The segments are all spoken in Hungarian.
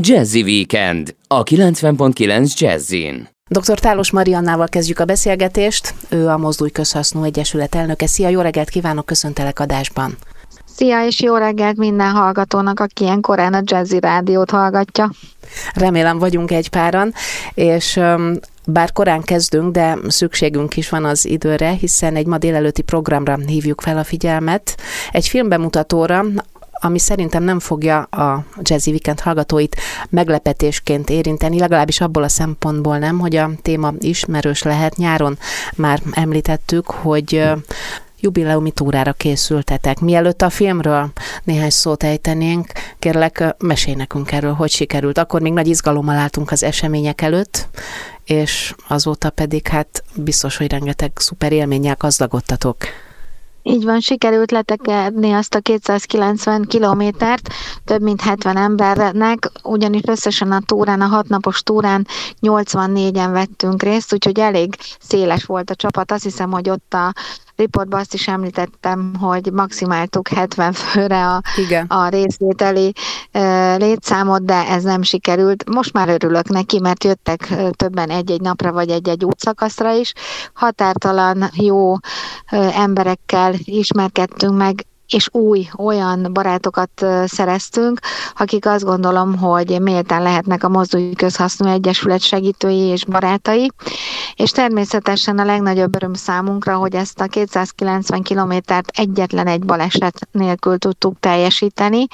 Jazzy Weekend a 90.9 Jazzin. Dr. Tálos Mariannával kezdjük a beszélgetést. Ő a Mozdulj Közhasznú Egyesület elnöke. Szia, jó reggelt kívánok, köszöntelek adásban. Szia, és jó reggelt minden hallgatónak, aki ilyen korán a Jazzy Rádiót hallgatja. Remélem vagyunk egy páran, és bár korán kezdünk, de szükségünk is van az időre, hiszen egy ma délelőtti programra hívjuk fel a figyelmet. Egy filmbemutatóra, ami szerintem nem fogja a Jazzy Weekend hallgatóit meglepetésként érinteni, legalábbis abból a szempontból nem, hogy a téma ismerős lehet. Nyáron már említettük, hogy jubileumi túrára készültetek. Mielőtt a filmről néhány szót ejtenénk, kérlek, mesélj nekünk erről, hogy sikerült. Akkor még nagy izgalommal álltunk az események előtt, és azóta pedig hát biztos, hogy rengeteg szuper élménnyel gazdagodtatok. Így van, sikerült letekerni azt a 290 kilométert, több mint 70 embernek, ugyanis összesen a túrán, a 6 napos túrán 84-en vettünk részt, úgyhogy elég széles volt a csapat. Azt hiszem, hogy ott a riportban azt is említettem, hogy maximáltuk 70 főre a részvételi létszámot, de ez nem sikerült. Most már örülök neki, mert jöttek többen egy-egy napra, vagy egy-egy útszakaszra is. Határtalan jó emberekkel ismerkedtünk meg, és olyan barátokat szereztünk, akik azt gondolom, hogy méltán lehetnek a Mozdulj Közhasznú Egyesület segítői és barátai, és természetesen a legnagyobb öröm számunkra, hogy ezt a 290 kilométert egyetlen egy baleset nélkül tudtuk teljesíteni,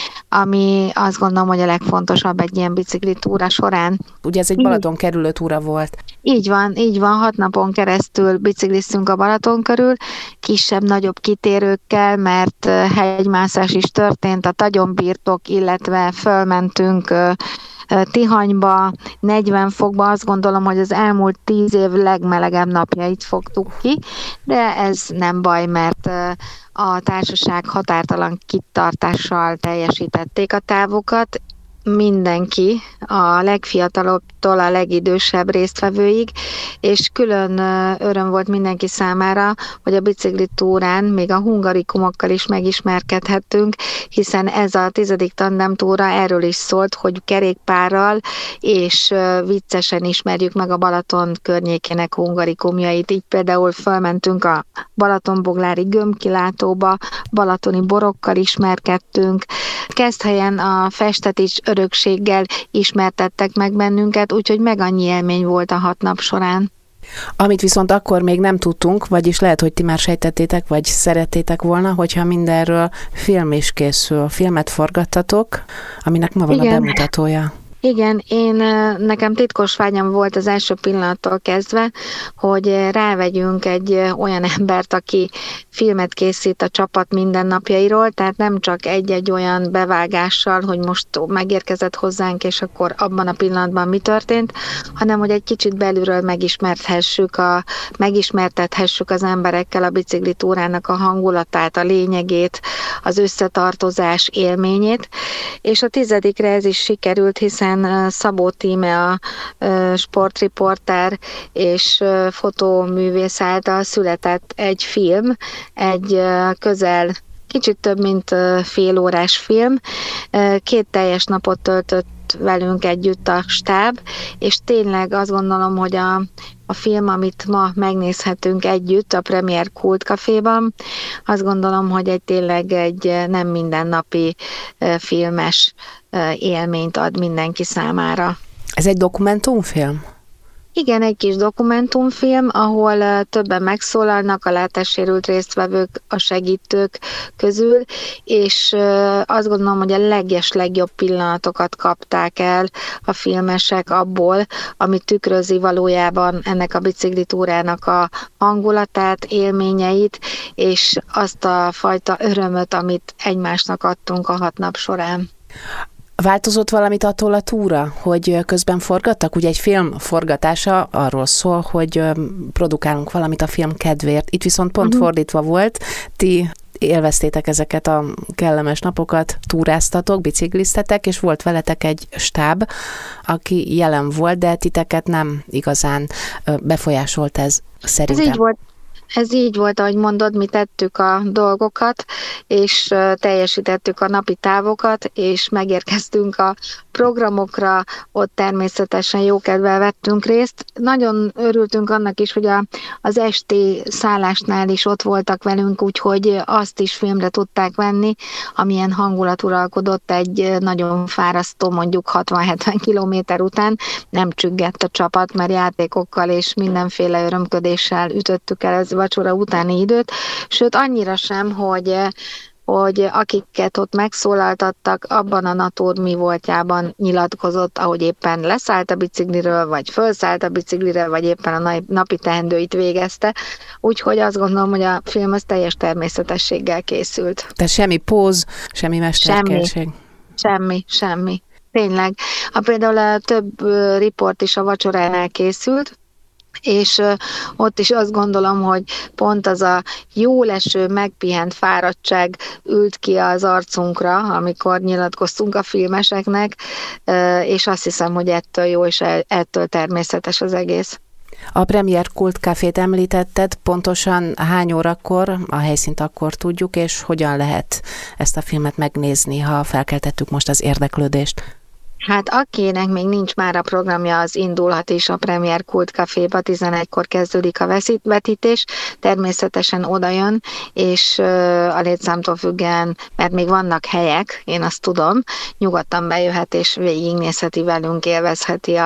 ami azt gondolom, hogy a legfontosabb egy ilyen biciklitúra során. Ugye ez egy Balaton kerülő túra volt. Így van, 6 napon keresztül bicikliztünk a Balaton körül, kisebb-nagyobb kitérőkkel, mert hegymászás is történt, a Tagyonbirtok, illetve fölmentünk Tihanyba, 40 fokba, azt gondolom, hogy az elmúlt 10 év legmelegebb napjait fogtuk ki, de ez nem baj, mert a társaság határtalan kitartással teljesítették a távokat. Mindenki, a legfiatalabbtól a legidősebb résztvevőig, és külön öröm volt mindenki számára, hogy a biciklitúrán még a hungarikumokkal is megismerkedhettünk, hiszen ez a 10. tandemtúra erről is szólt, hogy kerékpárral és viccesen ismerjük meg a Balaton környékének hungarikumjait. Így például fölmentünk a Balatonboglári gömbkilátóba, balatoni borokkal ismerkedtünk, Keszthelyen a Festetics örökséggel ismertettek meg bennünket, úgyhogy meg annyi élmény volt a 6 nap során. Amit viszont akkor még nem tudtunk, vagyis lehet, hogy ti már sejtettétek, vagy szerettétek volna, hogyha mindenről film is készül. Filmet forgattatok, aminek ma van a bemutatója. Igen, nekem titkos vágyam volt az első pillanattól kezdve, hogy rávegyünk egy olyan embert, aki filmet készít a csapat mindennapjairól, tehát nem csak egy-egy olyan bevágással, hogy most megérkezett hozzánk, és akkor abban a pillanatban mi történt, hanem hogy egy kicsit belülről megismertethessük az emberekkel a biciklitúrának a hangulatát, a lényegét, az összetartozás élményét, és a 10-re ez is sikerült, hiszen Szabó Tíme a sportriporter és fotóművész által született egy film, egy kicsit több mint fél órás film. 2 teljes napot töltött velünk együtt a stáb, és tényleg azt gondolom, hogy a film, amit ma megnézhetünk együtt a Premier Kult Caféban, azt gondolom, hogy tényleg egy nem mindennapi filmes élményt ad mindenki számára. Ez egy dokumentumfilm? Igen, egy kis dokumentumfilm, ahol többen megszólalnak a látássérült résztvevők, a segítők közül, és azt gondolom, hogy a legjobb pillanatokat kapták el a filmesek abból, ami tükrözi valójában ennek a biciklitúrának a hangulatát, élményeit, és azt a fajta örömöt, amit egymásnak adtunk a 6 nap során. Változott valamit attól a túra, hogy közben forgattak? Ugye egy film forgatása arról szól, hogy produkálunk valamit a film kedvéért. Itt viszont pont fordítva volt. Ti élveztétek ezeket a kellemes napokat, túráztatok, bicikliztetek, és volt veletek egy stáb, aki jelen volt, de titeket nem igazán befolyásolt ez szerintem. Ez így volt. Ez így volt, ahogy mondod, mi tettük a dolgokat, és teljesítettük a napi távokat, és megérkeztünk a programokra, ott természetesen jókedvel vettünk részt. Nagyon örültünk annak is, hogy az esti szállásnál is ott voltak velünk, úgyhogy azt is filmre tudták venni, amilyen hangulat uralkodott egy nagyon fárasztó, mondjuk 60-70 kilométer után. Nem csüggett a csapat, mert játékokkal és mindenféle örömködéssel ütöttük el az vacsora utáni időt, sőt annyira sem, hogy akiket ott megszólaltattak, abban a Natur mi voltjában nyilatkozott, ahogy éppen leszállt a bicikliről, vagy fölszállt a biciklire, vagy éppen a napi teendőit végezte. Úgyhogy azt gondolom, hogy a film az teljes természetességgel készült. Tehát semmi póz, semmi mesterkélség. Semmi. Tényleg. Például a több riport is a vacsoránál készült, és ott is azt gondolom, hogy pont az a jól eső, megpihent fáradtság ült ki az arcunkra, amikor nyilatkoztunk a filmeseknek, és azt hiszem, hogy ettől jó, és ettől természetes az egész. A Premier Kult Cafét említetted, pontosan hány órakor, a helyszínt akkor tudjuk, és hogyan lehet ezt a filmet megnézni, ha felkeltettük most az érdeklődést? Hát akinek még nincs már a programja, az indulhat is a Premier Kult Caféba, 11-kor kezdődik a vetítés, természetesen odajön, és a létszámtól függően, mert még vannak helyek, én azt tudom, nyugodtan bejöhet és végignézheti velünk, élvezheti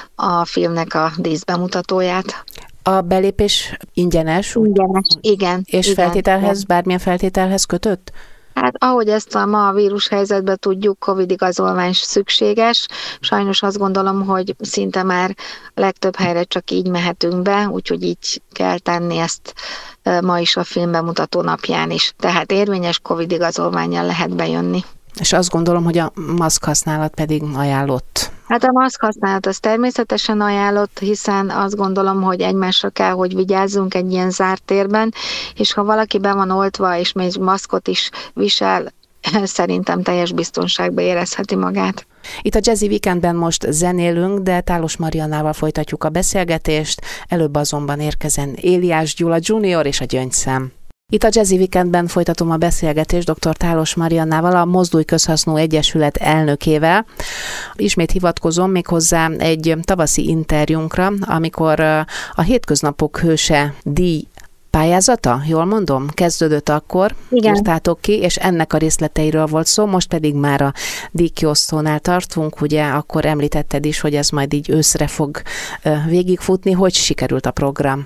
a filmnek a díszbemutatóját. A belépés ingyenes? Ingyenes, igen. És igen. Bármilyen feltételhez kötött? Hát ahogy ezt ma a vírushelyzetben tudjuk, Covid igazolvány szükséges. Sajnos azt gondolom, hogy szinte már a legtöbb helyre csak így mehetünk be, úgyhogy így kell tenni ezt ma is a filmbemutató napján is. Tehát érvényes Covid igazolvánnyal lehet bejönni. És azt gondolom, hogy a maszk használat pedig ajánlott. Hát a maszk használat az természetesen ajánlott, hiszen azt gondolom, hogy egymásra kell, hogy vigyázzunk egy ilyen zárt térben, és ha valaki be van oltva, és még maszkot is visel, szerintem teljes biztonságban érezheti magát. Itt a Jazzy Weekendben most zenélünk, de Tálos Mariannával folytatjuk a beszélgetést, előbb azonban érkezen Éliás Gyula Junior és a Gyöngyszem. Itt a Jazzy Weekendben folytatom a beszélgetést dr. Tálos Mariannával, a Mozdulj Közhasznú Egyesület elnökével. Ismét hivatkozom méghozzá egy tavaszi interjúnkra, amikor a Hétköznapok Hőse díj pályázata, jól mondom, kezdődött akkor, írtátok ki, és ennek a részleteiről volt szó, most pedig már a díjkiosztónál tartunk, ugye akkor említetted is, hogy ez majd így őszre fog végigfutni. Hogy sikerült a program?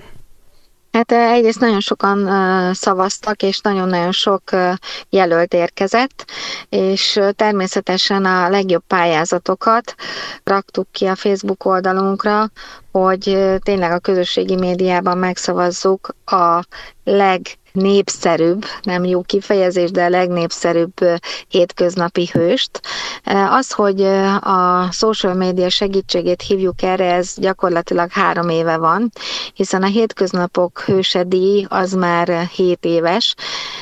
Hát egyrészt nagyon sokan szavaztak, és nagyon-nagyon sok jelölt érkezett, és természetesen a legjobb pályázatokat raktuk ki a Facebook oldalunkra, hogy tényleg a közösségi médiában megszavazzuk a legnépszerűbb, nem jó kifejezés, de a legnépszerűbb hétköznapi hőst. Az, hogy a social media segítségét hívjuk erre, ez gyakorlatilag 3 éve van, hiszen a Hétköznapok Hőse díj az már 7 éves,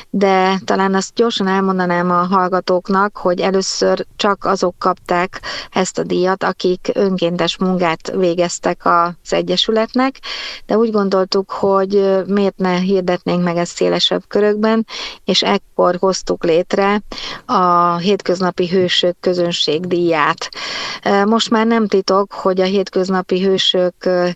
de talán azt gyorsan elmondanám a hallgatóknak, hogy először csak azok kapták ezt a díjat, akik önkéntes munkát végeztek az Egyesületnek, de úgy gondoltuk, hogy miért ne hirdetnénk meg ezt szélesebb körökben, és ekkor hoztuk létre a Hétköznapi Hősök közönségdíját. Most már nem titok, hogy a Hétköznapi Hősök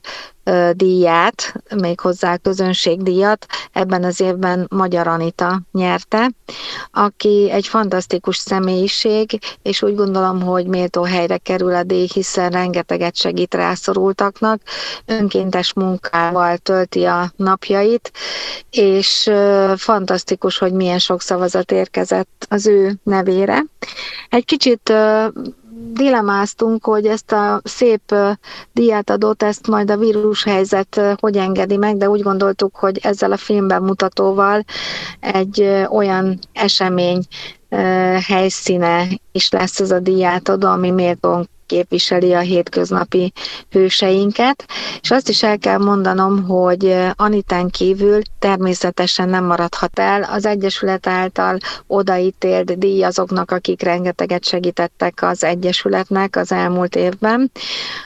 díját, méghozzá közönségdíjat ebben az évben Magyar Anita nyerte, aki egy fantasztikus személyiség, és úgy gondolom, hogy méltó helyre kerül a díj, hiszen rengeteget segít rászorultaknak, önkéntes munkával tölti a napjait, és fantasztikus, hogy milyen sok szavazat érkezett az ő nevére. Egy kicsit dilemmáztunk, hogy ezt a szép díjátadót, ezt majd a vírushelyzet hogy engedi meg, de úgy gondoltuk, hogy ezzel a filmbemutatóval egy olyan esemény helyszíne is lesz ez a díjátadó, ami méltón képviseli a hétköznapi hőseinket, és azt is el kell mondanom, hogy Anitán kívül természetesen nem maradhat el az Egyesület által odaítélt díj azoknak, akik rengeteget segítettek az Egyesületnek az elmúlt évben.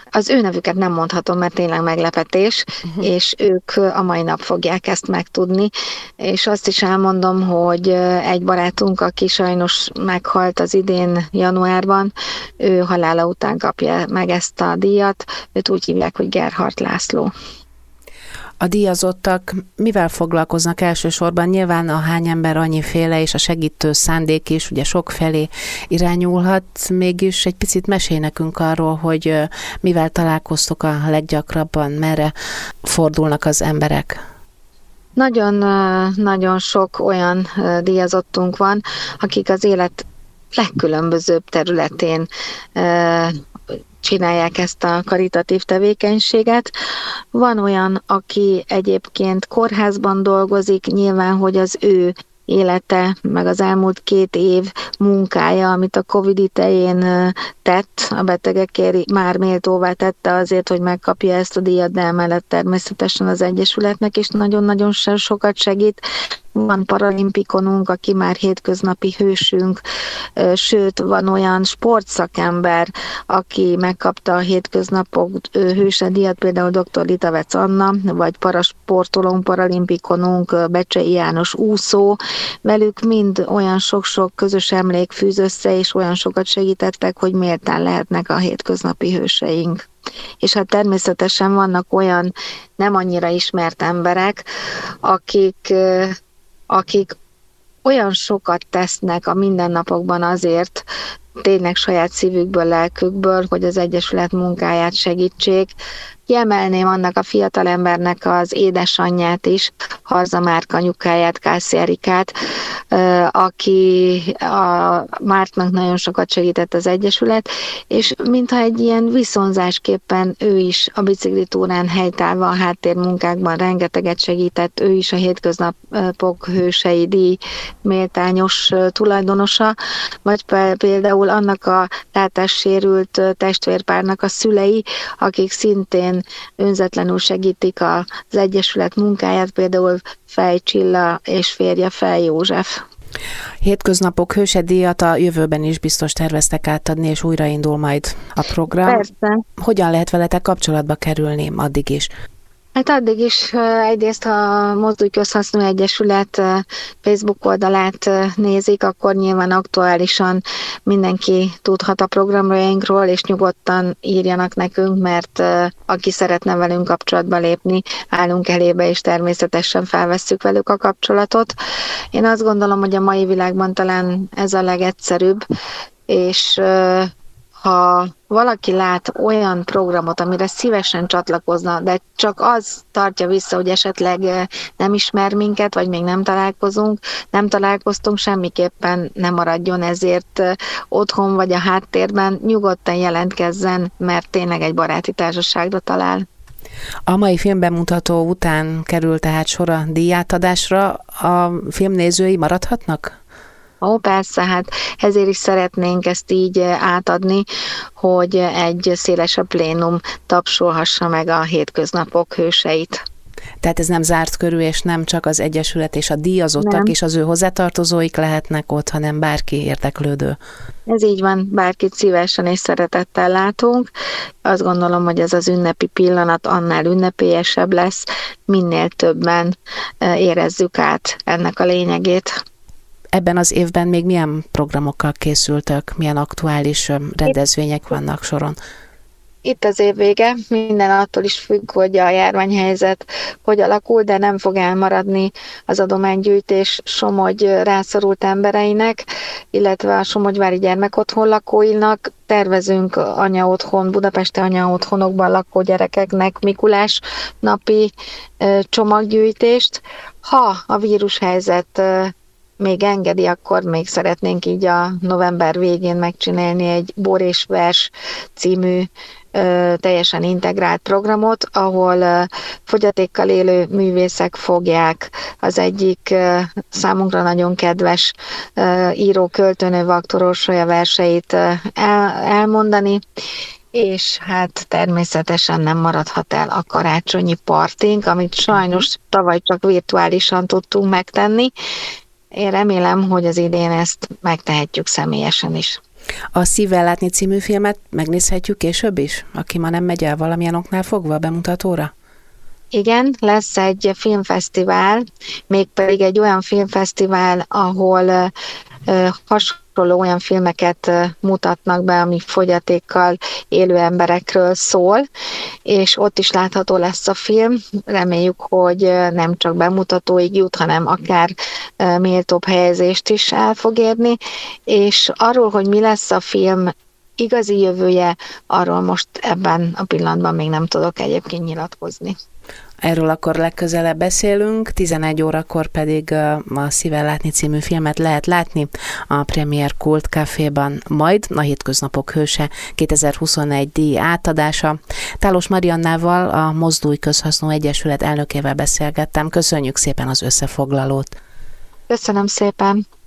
Az ő nevüket nem mondhatom, mert tényleg meglepetés, és ők a mai nap fogják ezt megtudni, és azt is elmondom, hogy egy barátunk, aki sajnos meghalt az idén januárban, ő halála után kapja meg ezt a díjat, őt úgy hívják, hogy Gerhardt László. A díjazottak mivel foglalkoznak elsősorban? Nyilván a hány ember annyiféle, és a segítő szándék is ugye sok felé irányulhat, mégis egy picit mesélj nekünk arról, hogy mivel találkoztok a leggyakrabban, merre fordulnak az emberek? Nagyon sok olyan díjazottunk van, akik az élet legkülönbözőbb területén csinálják ezt a karitatív tevékenységet. Van olyan, aki egyébként kórházban dolgozik, nyilván, hogy az ő élete, meg az elmúlt 2 év munkája, amit a Covid idején tett, a betegekért már méltóvá tette azért, hogy megkapja ezt a díjat, de emellett természetesen az Egyesületnek is nagyon-nagyon sokat segít. Van paralimpikonunk, aki már hétköznapi hősünk, sőt, van olyan sportszakember, aki megkapta a hétköznapok hőse díjat, például dr. Litavec Anna, vagy parasportolónk, paralimpikonunk, Becsei János úszó. Velük mind olyan sok-sok közös emlék fűz össze, és olyan sokat segítettek, hogy méltán lehetnek a hétköznapi hőseink. És hát természetesen vannak olyan nem annyira ismert emberek, akik olyan sokat tesznek a mindennapokban azért, tényleg saját szívükből, lelkükből, hogy az Egyesület munkáját segítsék. Kiemelném annak a fiatalembernek az édesanyját is, Harza Márk anyukáját, Kászi Erikát, aki a Márknak nagyon sokat segített az Egyesület, és mintha egy ilyen viszonzásképpen ő is a biciklitúrán helytállva a háttérmunkákban rengeteget segített, ő is a hétköznapok hősei díj méltányos tulajdonosa, vagy például annak a látássérült testvérpárnak a szülei, akik szintén önzetlenül segítik az Egyesület munkáját, például Fej Csilla és férje Fej József. Hétköznapok hőse díjat a jövőben is biztos terveztek átadni, és újraindul majd a program. Persze. Hogyan lehet veletek kapcsolatba kerülni addig is? Hát addig is egyrészt, ha Mozdulj Közhasznú Egyesület Facebook oldalát nézik, akkor nyilván aktuálisan mindenki tudhat a programjainkról, és nyugodtan írjanak nekünk, mert aki szeretne velünk kapcsolatba lépni, állunk elébe, és természetesen felvesszük velük a kapcsolatot. Én azt gondolom, hogy a mai világban talán ez a legegyszerűbb, és ha valaki lát olyan programot, amire szívesen csatlakozna, de csak az tartja vissza, hogy esetleg nem ismer minket, vagy még nem találkoztunk, semmiképpen nem maradjon ezért otthon vagy a háttérben, nyugodtan jelentkezzen, mert tényleg egy baráti társaságra talál. A mai filmbemutató után kerül tehát sor a díjátadásra. A filmnézői maradhatnak? Ó, persze, hát ezért is szeretnénk ezt így átadni, hogy egy szélesebb plénum tapsolhassa meg a hétköznapok hőseit. Tehát ez nem zárt körű, és nem csak az Egyesület és a díjazottak és az ő hozzátartozóik lehetnek ott, hanem bárki érdeklődő. Ez így van, bárkit szívesen és szeretettel látunk. Azt gondolom, hogy ez az ünnepi pillanat annál ünnepélyesebb lesz, minél többen érezzük át ennek a lényegét. Ebben az évben még milyen programokkal készültök, milyen aktuális rendezvények vannak soron? Itt az év vége, minden attól is függ, hogy a járványhelyzet hogy alakul, de nem fog elmaradni az adománygyűjtés Somogy rászorult embereinek, illetve a somogyvári gyermekotthon lakóinak. Tervezünk budapesti anyaotthonokban lakó gyerekeknek Mikulás napi csomaggyűjtést. Ha a vírushelyzet még engedi, akkor még szeretnénk így a november végén megcsinálni egy Bor és Vers című teljesen integrált programot, ahol fogyatékkal élő művészek fogják az egyik számunkra nagyon kedves író, költőnő Vaktor Orsolya verseit elmondani, és hát természetesen nem maradhat el a karácsonyi partink, amit sajnos tavaly csak virtuálisan tudtunk megtenni. Én remélem, hogy az idén ezt megtehetjük személyesen is. A Szívvel látni című filmet megnézhetjük később is, aki ma nem megy el valamilyen oknál fogva a bemutatóra? Igen, lesz egy filmfesztivál, mégpedig egy olyan filmfesztivál, ahol hasonló olyan filmeket mutatnak be, ami fogyatékkal élő emberekről szól, és ott is látható lesz a film. Reméljük, hogy nem csak bemutatóig jut, hanem akár méltóbb helyezést is el fog érni, és arról, hogy mi lesz a film igazi jövője, arról most ebben a pillanatban még nem tudok egyébként nyilatkozni. Erről akkor legközelebb beszélünk, 11 órakor pedig a Szívvel látni című filmet lehet látni a Premier Kult Caféban, majd a Hétköznapok hőse 2021 díj átadása. Tálos Mariannával, a Mozdulj Közhasznú Egyesület elnökével beszélgettem. Köszönjük szépen az összefoglalót. Köszönöm szépen.